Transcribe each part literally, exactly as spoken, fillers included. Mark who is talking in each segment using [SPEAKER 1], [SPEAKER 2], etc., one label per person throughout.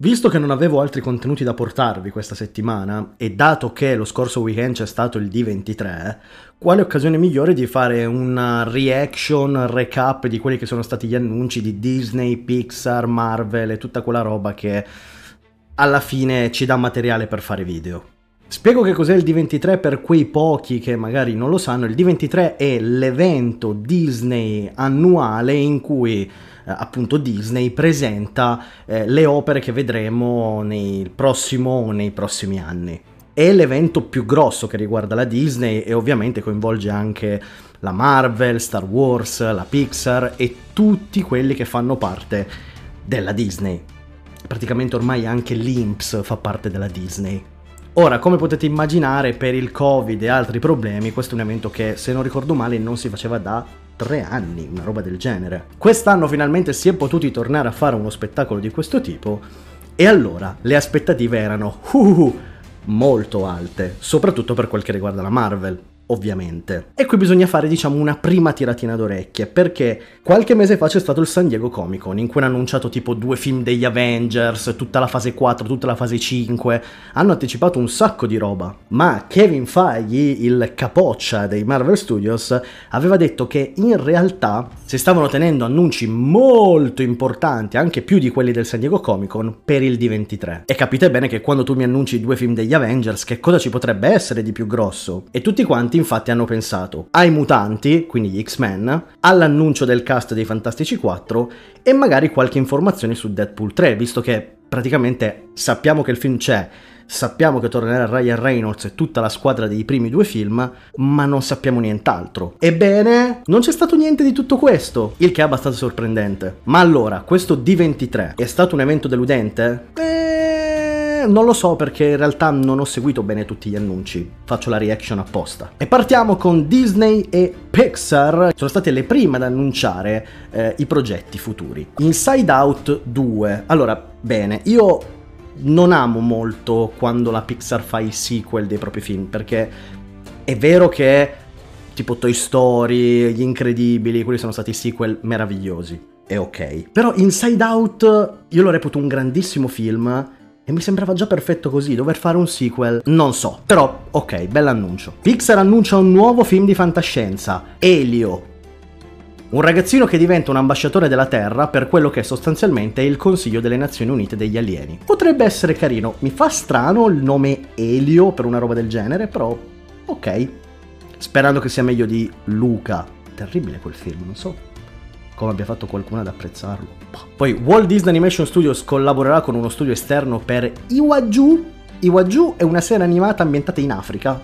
[SPEAKER 1] Visto che non avevo altri contenuti da portarvi questa settimana, e dato che lo scorso weekend c'è stato il D ventitré, quale occasione migliore di fare una reaction, recap di quelli che sono stati gli annunci di Disney, Pixar, Marvel e tutta quella roba che alla fine ci dà materiale per fare video. Spiego che cos'è il D ventitré per quei pochi che magari non lo sanno. Il D ventitré è l'evento Disney annuale in cui eh, appunto Disney presenta eh, le opere che vedremo nel prossimo o nei prossimi anni. È l'evento più grosso che riguarda la Disney e ovviamente coinvolge anche la Marvel, Star Wars, la Pixar e tutti quelli che fanno parte della Disney. Praticamente ormai anche l'I N P S fa parte della Disney. Ora, come potete immaginare, per il Covid e altri problemi, questo è un evento che, se non ricordo male, non si faceva da tre anni, una roba del genere. Quest'anno finalmente si è potuti tornare a fare uno spettacolo di questo tipo, e allora le aspettative erano uh, molto alte, soprattutto per quel che riguarda la Marvel. Ovviamente. E qui bisogna fare, diciamo, una prima tiratina d'orecchie, perché qualche mese fa c'è stato il San Diego Comic Con, in cui hanno annunciato tipo due film degli Avengers, tutta la fase quattro, tutta la fase cinque, hanno anticipato un sacco di roba, ma Kevin Feige, il capoccia dei Marvel Studios, aveva detto che in realtà si stavano tenendo annunci molto importanti, anche più di quelli del San Diego Comic Con, per il D ventitré. E capite bene che quando tu mi annunci due film degli Avengers, che cosa ci potrebbe essere di più grosso? E tutti quanti infatti hanno pensato ai mutanti, quindi gli X-Men, all'annuncio del cast dei Fantastici quattro e magari qualche informazione su Deadpool tre, visto che praticamente sappiamo che il film c'è, sappiamo che tornerà Ryan Reynolds e tutta la squadra dei primi due film, ma non sappiamo nient'altro. Ebbene, non c'è stato niente di tutto questo, il che è abbastanza sorprendente. Ma allora, questo D ventitré è stato un evento deludente? Eh... Non lo so, perché in realtà non ho seguito bene tutti gli annunci, faccio la reaction apposta. E partiamo con Disney e Pixar, sono state le prime ad annunciare eh, i progetti futuri. Inside Out due, allora, bene, io non amo molto quando la Pixar fa i sequel dei propri film, perché è vero che tipo Toy Story, Gli Incredibili, quelli sono stati sequel meravigliosi, è ok. Però Inside Out io lo reputo un grandissimo film e mi sembrava già perfetto così, dover fare un sequel, non so. Però, ok, bell'annuncio. Pixar annuncia un nuovo film di fantascienza, Elio. Un ragazzino che diventa un ambasciatore della Terra per quello che sostanzialmente è il Consiglio delle Nazioni Unite degli Alieni. Potrebbe essere carino, mi fa strano il nome Elio per una roba del genere, però ok. Sperando che sia meglio di Luca. Terribile quel film, non so come abbia fatto qualcuno ad apprezzarlo. Poi Walt Disney Animation Studios collaborerà con uno studio esterno per Iwaju. Iwaju è una serie animata ambientata in Africa.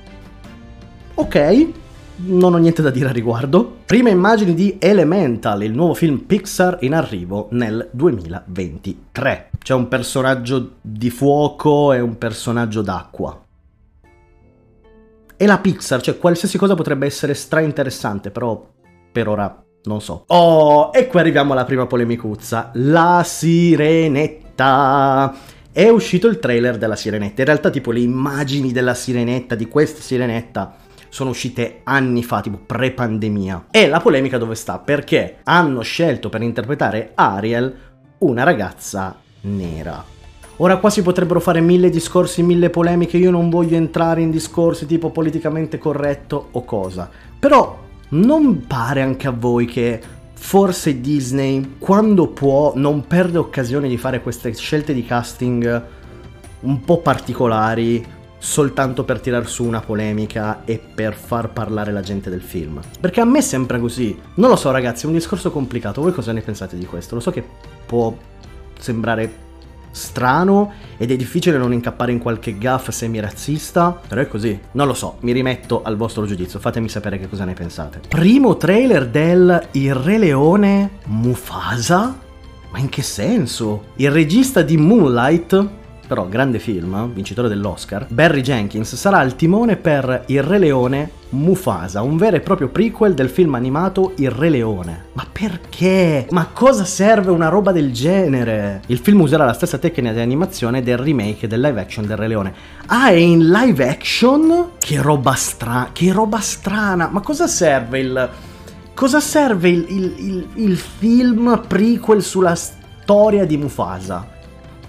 [SPEAKER 1] Ok, non ho niente da dire a riguardo. Prime immagini di Elemental, il nuovo film Pixar in arrivo nel duemilaventitré. C'è un personaggio di fuoco e un personaggio d'acqua. E la Pixar, cioè qualsiasi cosa potrebbe essere stra interessante, però per ora non so. Oh, e qui arriviamo alla prima polemicuzza. La Sirenetta. È uscito il trailer della Sirenetta. In realtà tipo le immagini della Sirenetta, di questa Sirenetta, sono uscite anni fa, tipo pre-pandemia. E la polemica dove sta? Perché hanno scelto per interpretare Ariel una ragazza nera. Ora qua si potrebbero fare mille discorsi, mille polemiche, io non voglio entrare in discorsi tipo politicamente corretto o cosa. Però non pare anche a voi che forse Disney, quando può, non perde occasione di fare queste scelte di casting un po' particolari soltanto per tirar su una polemica e per far parlare la gente del film? Perché a me sembra così. Non lo so ragazzi, è un discorso complicato. Voi cosa ne pensate di questo? Lo so che può sembrare strano ed è difficile non incappare in qualche gaff semi-razzista, però è così. Non lo so, mi rimetto al vostro giudizio, fatemi sapere che cosa ne pensate. Primo trailer del Il Re Leone Mufasa? Ma in che senso? Il regista di Moonlight, però grande film, vincitore dell'Oscar, Barry Jenkins, sarà al timone per Il Re Leone Mufasa, un vero e proprio prequel del film animato Il Re Leone. Ma perché? Ma cosa serve una roba del genere? Il film userà la stessa tecnica di animazione del remake del live action del Re Leone. Ah, è in live action? Che roba strana, che roba strana. Ma cosa serve il... Cosa serve il, il, il, il film prequel sulla storia di Mufasa?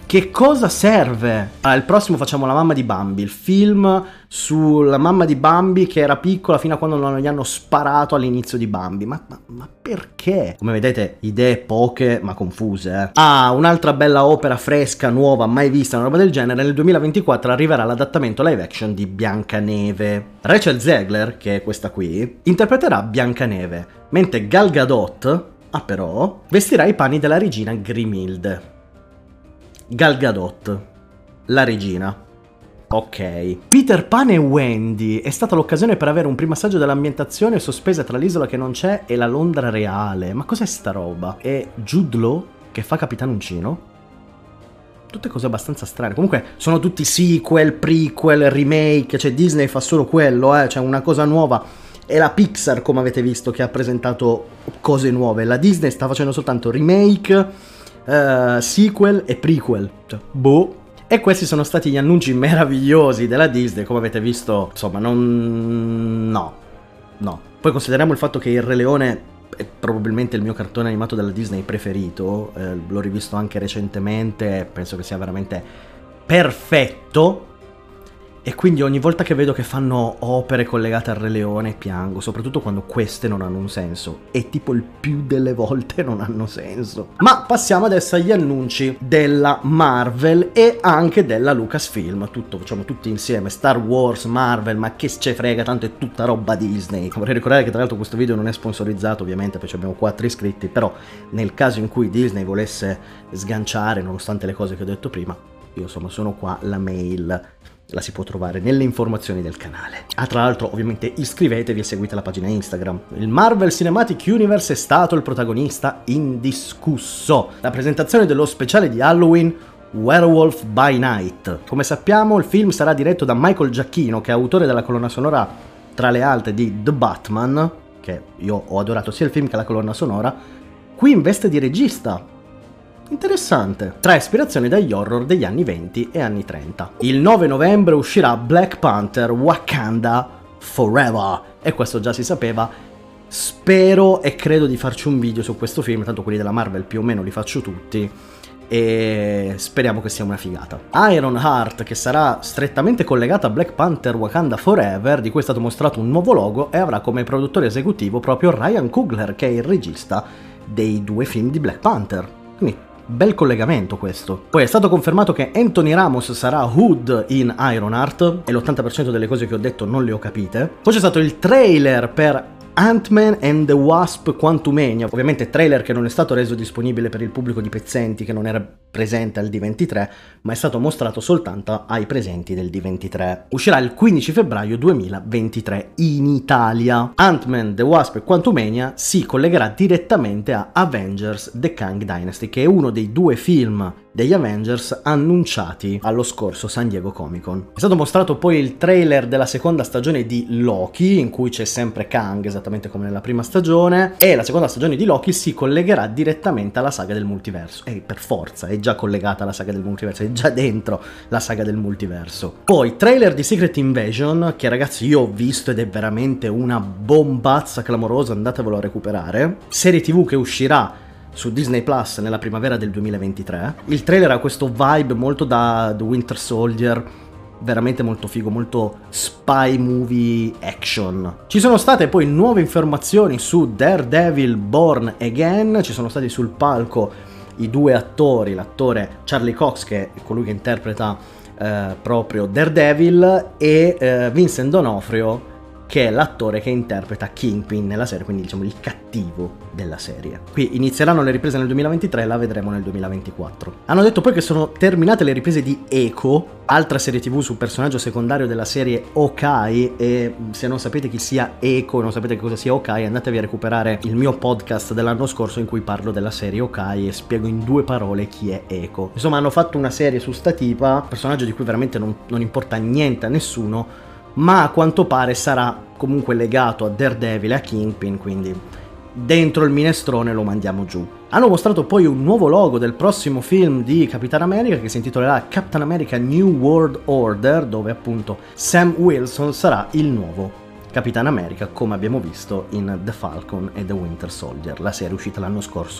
[SPEAKER 1] Che cosa serve? Ah, il prossimo facciamo La mamma di Bambi, il film sulla mamma di Bambi che era piccola fino a quando non gli hanno sparato all'inizio di Bambi. Ma, ma, ma perché? Come vedete, idee poche ma confuse, eh. Ah, un'altra bella opera fresca, nuova, mai vista, una roba del genere. Nel duemilaventiquattro arriverà l'adattamento live action di Biancaneve. Rachel Zegler, che è questa qui, interpreterà Biancaneve, mentre Gal Gadot, ah però, vestirà i panni della regina Grimilde. Gal Gadot, la regina. Ok. Peter Pan e Wendy è stata l'occasione per avere un primo assaggio dell'ambientazione sospesa tra l'isola che non c'è e la Londra reale. Ma cos'è sta roba? È Jude Law che fa Capitan Uncino? Tutte cose abbastanza strane. Comunque sono tutti sequel, prequel, remake. Cioè Disney fa solo quello, eh. Cioè una cosa nuova. È la Pixar, come avete visto, che ha presentato cose nuove. La Disney sta facendo soltanto remake, Uh, sequel e prequel, cioè, boh. E questi sono stati gli annunci meravigliosi della Disney, come avete visto, insomma, non... no, no. Poi consideriamo il fatto che Il Re Leone è probabilmente il mio cartone animato della Disney preferito, eh, l'ho rivisto anche recentemente, penso che sia veramente perfetto. E quindi ogni volta che vedo che fanno opere collegate al Re Leone piango, soprattutto quando queste non hanno un senso. E tipo il più delle volte non hanno senso. Ma passiamo adesso agli annunci della Marvel e anche della Lucasfilm. Tutto, facciamo tutti insieme. Star Wars, Marvel, ma che ce frega, tanto è tutta roba Disney. Vorrei ricordare che tra l'altro questo video non è sponsorizzato, ovviamente, perché abbiamo quattro iscritti. Però nel caso in cui Disney volesse sganciare, nonostante le cose che ho detto prima, io insomma sono qua, la mail la si può trovare nelle informazioni del canale. Ah, tra l'altro ovviamente iscrivetevi e seguite la pagina Instagram. Il Marvel Cinematic Universe è stato il protagonista indiscusso. La presentazione dello speciale di Halloween Werewolf by Night. Come sappiamo il film sarà diretto da Michael Giacchino, che è autore della colonna sonora tra le altre di The Batman, che io ho adorato sia il film che la colonna sonora, qui in veste di regista. Interessante. Trae ispirazione dagli horror degli anni venti e anni trenta. Il nove novembre uscirà Black Panther Wakanda Forever. E questo già si sapeva. Spero e credo di farci un video su questo film, tanto quelli della Marvel più o meno li faccio tutti. E speriamo che sia una figata. Ironheart, che sarà strettamente collegata a Black Panther Wakanda Forever, di cui è stato mostrato un nuovo logo e avrà come produttore esecutivo proprio Ryan Coogler, che è il regista dei due film di Black Panther. Quindi bel collegamento questo. Poi è stato confermato che Anthony Ramos sarà Hood in Ironheart e l'ottanta per cento delle cose che ho detto non le ho capite. Poi c'è stato il trailer per Ant-Man and the Wasp Quantumania, ovviamente trailer che non è stato reso disponibile per il pubblico di pezzenti che non era presente al D ventitré, ma è stato mostrato soltanto ai presenti del D ventitré. Uscirà il quindici febbraio duemilaventitré in Italia. Ant-Man, The Wasp e Quantumania si collegherà direttamente a Avengers The Kang Dynasty, che è uno dei due film degli Avengers annunciati allo scorso San Diego Comic Con. È stato mostrato poi il trailer della seconda stagione di Loki, in cui c'è sempre Kang, esattamente come nella prima stagione, e la seconda stagione di Loki si collegherà direttamente alla saga del multiverso. E per forza, è già collegata alla saga del multiverso, è già dentro la saga del multiverso. Poi, trailer di Secret Invasion, che ragazzi io ho visto ed è veramente una bombazza clamorosa, andatevelo a recuperare. Serie tv che uscirà su Disney Plus nella primavera del duemilaventitré. Il trailer ha questo vibe molto da The Winter Soldier, veramente molto figo, molto spy movie action. Ci sono state poi nuove informazioni su Daredevil Born Again, ci sono stati sul palco i due attori, l'attore Charlie Cox, che è colui che interpreta eh, proprio Daredevil, e eh, Vincent D'Onofrio, che è l'attore che interpreta Kingpin nella serie, quindi diciamo il cattivo della serie. Qui inizieranno le riprese nel duemilaventitré, la vedremo nel duemilaventiquattro. Hanno detto poi che sono terminate le riprese di Echo, altra serie tv sul personaggio secondario della serie Hawkeye, e se non sapete chi sia Echo e non sapete che cosa sia Hawkeye, andatevi a recuperare il mio podcast dell'anno scorso in cui parlo della serie Hawkeye e spiego in due parole chi è Echo. Insomma, hanno fatto una serie su sta tipa, personaggio di cui veramente non, non importa niente a nessuno, ma a quanto pare sarà comunque legato a Daredevil e a Kingpin, quindi dentro il minestrone lo mandiamo giù. Hanno mostrato poi un nuovo logo del prossimo film di Capitan America, che si intitolerà Captain America New World Order, dove appunto Sam Wilson sarà il nuovo Capitan America, come abbiamo visto in The Falcon e The Winter Soldier, la serie uscita l'anno scorso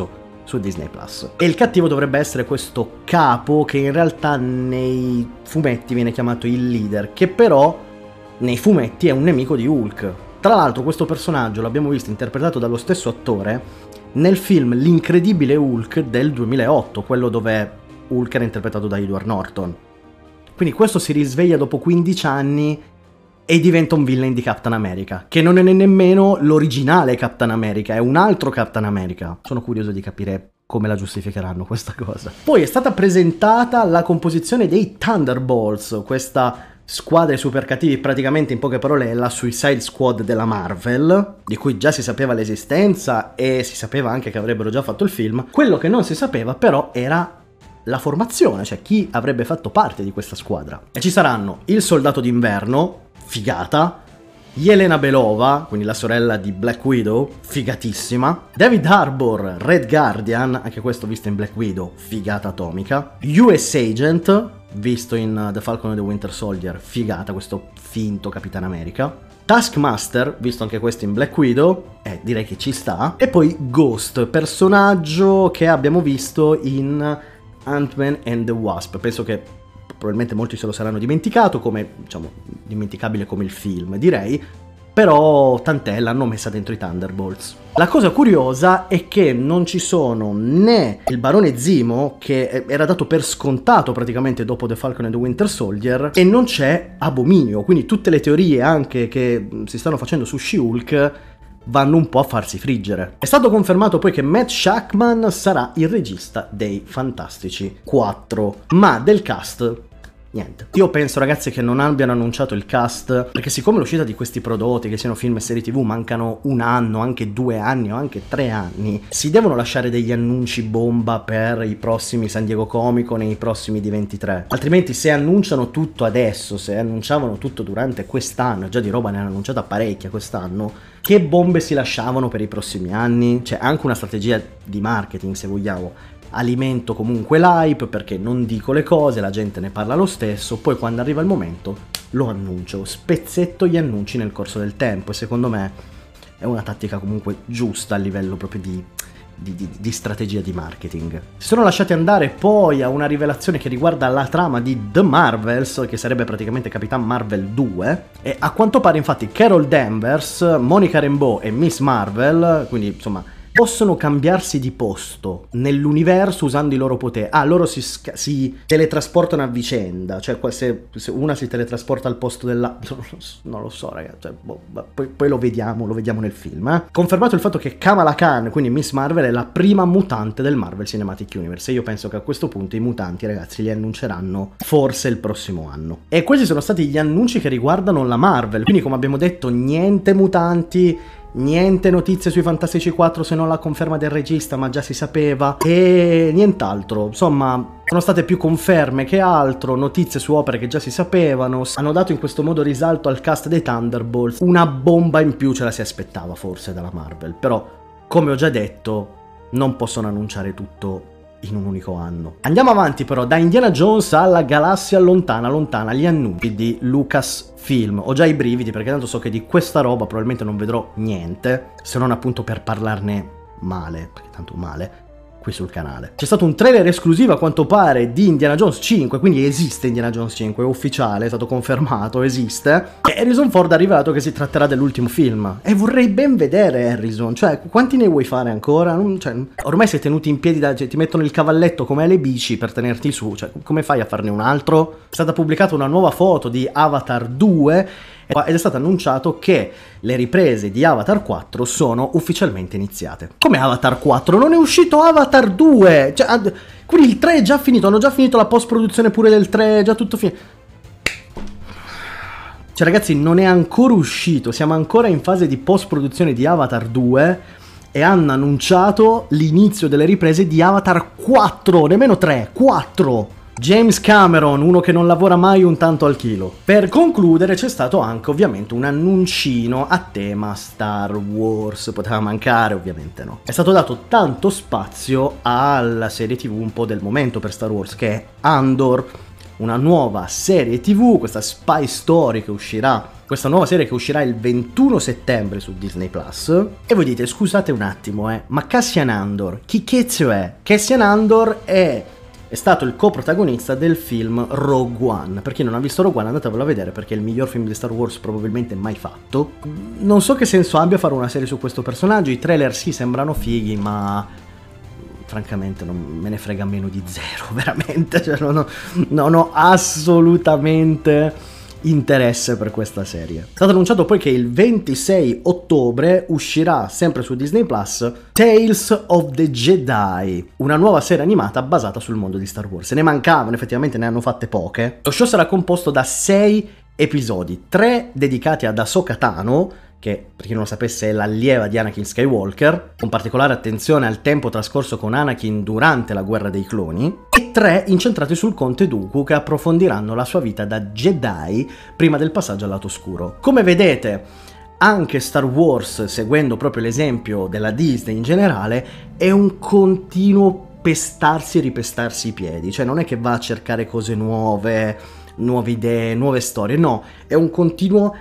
[SPEAKER 1] su Disney Plus. E il cattivo dovrebbe essere questo capo che in realtà nei fumetti viene chiamato il leader, che però nei fumetti è un nemico di Hulk. Tra l'altro questo personaggio l'abbiamo visto interpretato dallo stesso attore nel film L'incredibile Hulk del duemilaotto, quello dove Hulk era interpretato da Edward Norton. Quindi questo si risveglia dopo quindici anni e diventa un villain di Captain America, che non è nemmeno l'originale Captain America, è un altro Captain America. Sono curioso di capire come la giustificheranno questa cosa. Poi è stata presentata la composizione dei Thunderbolts, questa squadra super cattivi, praticamente in poche parole è la Suicide Squad della Marvel, di cui già si sapeva l'esistenza e si sapeva anche che avrebbero già fatto il film. Quello che non si sapeva però era la formazione, cioè chi avrebbe fatto parte di questa squadra. E ci saranno il Soldato d'Inverno, figata, Yelena Belova, quindi la sorella di Black Widow, figatissima, David Harbour, Red Guardian, anche questo visto in Black Widow, figata atomica, U S Agent, visto in The Falcon and the Winter Soldier, figata, questo finto Capitan America, Taskmaster, visto anche questo in Black Widow, eh, direi che ci sta, e poi Ghost, personaggio che abbiamo visto in Ant-Man and the Wasp, penso che probabilmente molti se lo saranno dimenticato, come, diciamo, dimenticabile come il film, direi, però tant'è, l'hanno messa dentro i Thunderbolts. La cosa curiosa è che non ci sono né il Barone Zemo, che era dato per scontato praticamente dopo The Falcon and the Winter Soldier, e non c'è Abominio, quindi tutte le teorie anche che si stanno facendo su She-Hulk vanno un po' a farsi friggere. È stato confermato poi che Matt Shakman sarà il regista dei Fantastici quattro, ma del cast niente. Io penso, ragazzi, che non abbiano annunciato il cast perché siccome l'uscita di questi prodotti, che siano film e serie tv, mancano un anno, anche due anni o anche tre anni, si devono lasciare degli annunci bomba per i prossimi San Diego Comic Con e i prossimi D ventitré. Altrimenti, se annunciano tutto adesso, se annunciavano tutto durante quest'anno, già di roba ne hanno annunciata parecchia quest'anno, che bombe si lasciavano per i prossimi anni? C'è anche una strategia di marketing, se vogliamo. Alimento comunque l'hype perché non dico le cose, la gente ne parla lo stesso, poi quando arriva il momento lo annuncio, spezzetto gli annunci nel corso del tempo, e secondo me è una tattica comunque giusta a livello proprio di, di, di, di strategia di marketing. Si sono lasciati andare poi a una rivelazione che riguarda la trama di The Marvels, che sarebbe praticamente Capitan Marvel due, e a quanto pare infatti Carol Danvers, Monica Rambeau e Miss Marvel, quindi insomma possono cambiarsi di posto nell'universo usando i loro poteri. Ah, loro si, si teletrasportano a vicenda, cioè se, se una si teletrasporta al posto della... non lo so, ragazzi, cioè, boh, poi, poi lo vediamo, lo vediamo nel film. Eh? Confermato il fatto che Kamala Khan, quindi Miss Marvel, è la prima mutante del Marvel Cinematic Universe, e io penso che a questo punto i mutanti, ragazzi, li annunceranno forse il prossimo anno. E questi sono stati gli annunci che riguardano la Marvel, quindi come abbiamo detto niente mutanti, niente notizie sui Fantastici quattro se non la conferma del regista, ma già si sapeva, e nient'altro. Insomma, sono state più conferme che altro, notizie su opere che già si sapevano. Hanno dato in questo modo risalto al cast dei Thunderbolts. Una bomba in più ce la si aspettava forse dalla Marvel, però come ho già detto non possono annunciare tutto in un unico anno. Andiamo avanti però, da Indiana Jones alla galassia lontana lontana, gli annunci di Lucasfilm. Ho già i brividi perché tanto so che di questa roba probabilmente non vedrò niente, se non appunto per parlarne male, perché tanto male, qui sul canale. C'è stato un trailer esclusivo a quanto pare di Indiana Jones cinque, quindi esiste Indiana Jones cinque, è ufficiale, è stato confermato, esiste, e Harrison Ford ha rivelato che si tratterà dell'ultimo film, e vorrei ben vedere Harrison, cioè quanti ne vuoi fare ancora? Non, cioè, ormai sei tenuti in piedi, da, cioè, ti mettono il cavalletto come alle bici per tenerti su, cioè come fai a farne un altro? È stata pubblicata una nuova foto di Avatar due ed è stato annunciato che le riprese di Avatar quattro sono ufficialmente iniziate. Come Avatar quattro? Non è uscito Avatar due! Cioè, quindi il tre è già finito, hanno già finito la post-produzione pure del tre, è già tutto finito. Cioè ragazzi, non è ancora uscito, siamo ancora in fase di post-produzione di Avatar due e hanno annunciato l'inizio delle riprese di Avatar quattro, nemmeno tre, quattro! James Cameron, uno che non lavora mai un tanto al chilo. Per concludere c'è stato anche ovviamente un annuncino a tema Star Wars, poteva mancare ovviamente no. È stato dato tanto spazio alla serie tv un po' del momento per Star Wars, che è Andor. una nuova serie tv, questa Spy Story che uscirà, questa nuova serie che uscirà il ventuno settembre su Disney Plus. E voi dite, scusate un attimo, eh, ma Cassian Andor, chi cazzo è? Cassian Andor è, è stato il coprotagonista del film Rogue One. Per chi non ha visto Rogue One, andatevelo a vedere, perché è il miglior film di Star Wars probabilmente mai fatto. Non so che senso abbia fare una serie su questo personaggio, i trailer sì sembrano fighi, ma francamente non me ne frega meno di zero, veramente, cioè non ho, non ho assolutamente interesse per questa serie. È stato annunciato poi che il ventisei ottobre uscirà sempre su Disney Plus Tales of the Jedi, una nuova serie animata basata sul mondo di Star Wars. Se ne mancavano, effettivamente ne hanno fatte poche. Lo show sarà composto da sei episodi, tre dedicati ad Ahsoka Tano, che per chi non lo sapesse è l'allieva di Anakin Skywalker, con particolare attenzione al tempo trascorso con Anakin durante la guerra dei cloni, e tre incentrati sul conte Dooku, che approfondiranno la sua vita da Jedi prima del passaggio al lato oscuro. Come vedete, anche Star Wars, seguendo proprio l'esempio della Disney in generale, è un continuo pestarsi e ripestarsi i piedi, cioè non è che va a cercare cose nuove, nuove idee, nuove storie, no, è un continuo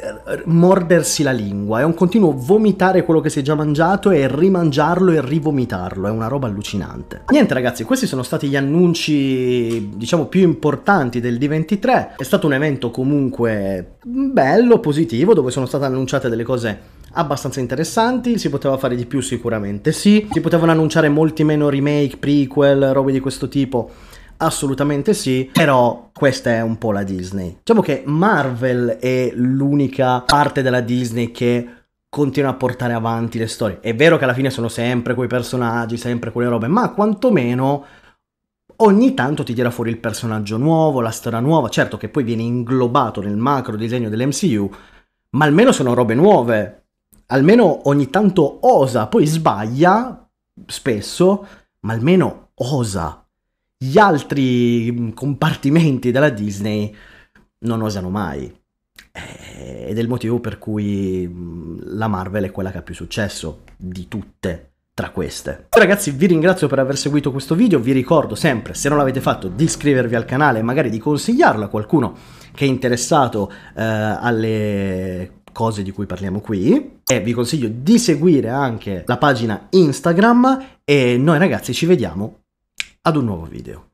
[SPEAKER 1] mordersi la lingua, è un continuo vomitare quello che si è già mangiato e rimangiarlo e rivomitarlo, è una roba allucinante. Niente ragazzi, questi sono stati gli annunci diciamo più importanti del D ventitré. È stato un evento comunque bello, positivo, dove sono state annunciate delle cose abbastanza interessanti. Si poteva fare di più sicuramente, sì, si potevano annunciare molti meno remake, prequel, robe di questo tipo, assolutamente sì, però questa è un po' la Disney. Diciamo che Marvel è l'unica parte della Disney che continua a portare avanti le storie. È vero che alla fine sono sempre quei personaggi, sempre quelle robe, ma quantomeno ogni tanto ti tira fuori il personaggio nuovo, la storia nuova. Certo che poi viene inglobato nel macro disegno dell'M C U, ma almeno sono robe nuove. Almeno ogni tanto osa, poi sbaglia spesso, ma almeno osa. Gli altri compartimenti della Disney non osano mai, ed è il motivo per cui la Marvel è quella che ha più successo di tutte tra queste. Ragazzi, vi ringrazio per aver seguito questo video, vi ricordo sempre, se non l'avete fatto, di iscrivervi al canale e magari di consigliarlo a qualcuno che è interessato eh, alle cose di cui parliamo qui, e vi consiglio di seguire anche la pagina Instagram, e noi ragazzi ci vediamo ad un nuovo video.